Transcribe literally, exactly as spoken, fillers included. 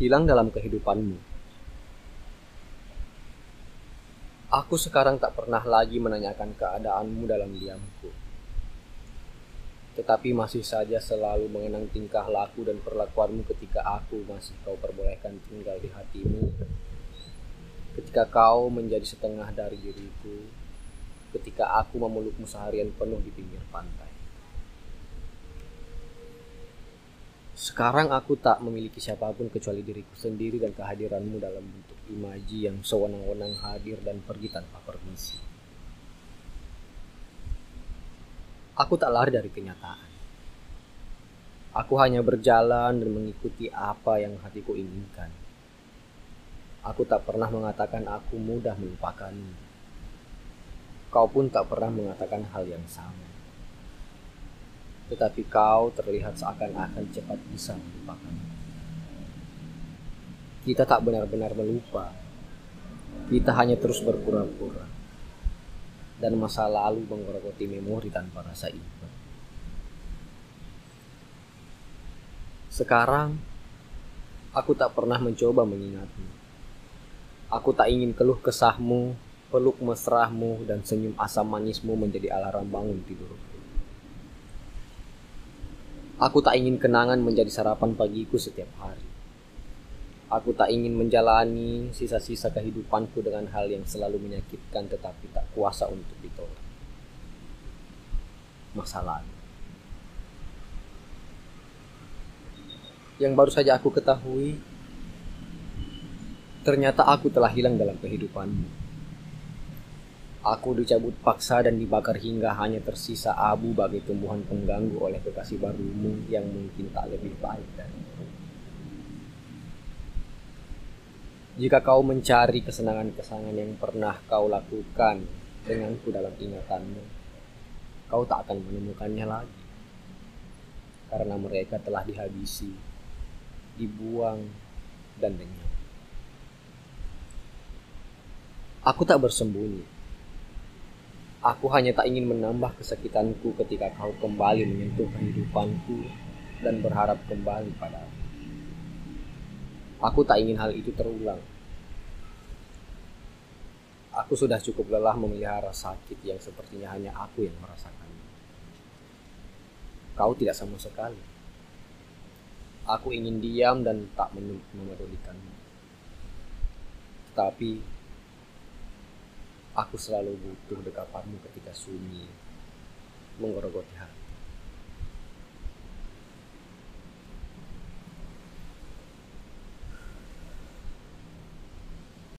hilang dalam kehidupanmu. Aku sekarang tak pernah lagi menanyakan keadaanmu dalam diamku, tetapi masih saja selalu mengenang tingkah laku dan perlakuanmu ketika aku masih kau perbolehkan tinggal di hatimu, ketika kau menjadi setengah dari diriku, ketika aku memelukmu seharian penuh di pinggir pantai. Sekarang aku tak memiliki siapapun kecuali diriku sendiri dan kehadiranmu dalam bentuk imaji yang sewenang-wenang hadir dan pergi tanpa permisi. Aku tak lari dari kenyataan. Aku hanya berjalan dan mengikuti apa yang hatiku inginkan. Aku tak pernah mengatakan aku mudah melupakanmu. Kau pun tak pernah mengatakan hal yang sama. Tetapi kau terlihat seakan-akan cepat bisa melupakan. Kita tak benar-benar melupa. Kita hanya terus berpura-pura. Dan masa lalu menggerogoti memori tanpa rasa iba. Sekarang, aku tak pernah mencoba mengingatmu. Aku tak ingin keluh kesahmu, peluk mesrahmu, dan senyum asam manismu menjadi alarm bangun tidurku. Aku tak ingin kenangan menjadi sarapan pagiku setiap hari. Aku tak ingin menjalani sisa-sisa kehidupanku dengan hal yang selalu menyakitkan tetapi tak kuasa untuk ditolak. Masa lalu. Yang baru saja aku ketahui, ternyata aku telah hilang dalam kehidupanmu. Aku dicabut paksa dan dibakar hingga hanya tersisa abu bagai tumbuhan pengganggu oleh kekasih barumu yang mungkin tak lebih baik dariku. Jika kau mencari kesenangan-kesenangan yang pernah kau lakukan denganku dalam ingatanmu, kau tak akan menemukannya lagi. Karena mereka telah dihabisi, dibuang, dan lenyap. Aku tak bersembunyi. Aku hanya tak ingin menambah kesakitanku ketika kau kembali menyentuh kehidupanku dan berharap kembali padaku. Aku tak ingin hal itu terulang. Aku sudah cukup lelah memelihara sakit yang sepertinya hanya aku yang merasakannya. Kau tidak sama sekali. Aku ingin diam dan tak memedulikanmu. Tetapi aku selalu butuh dekapanmu ketika sunyi menggerogoti hati.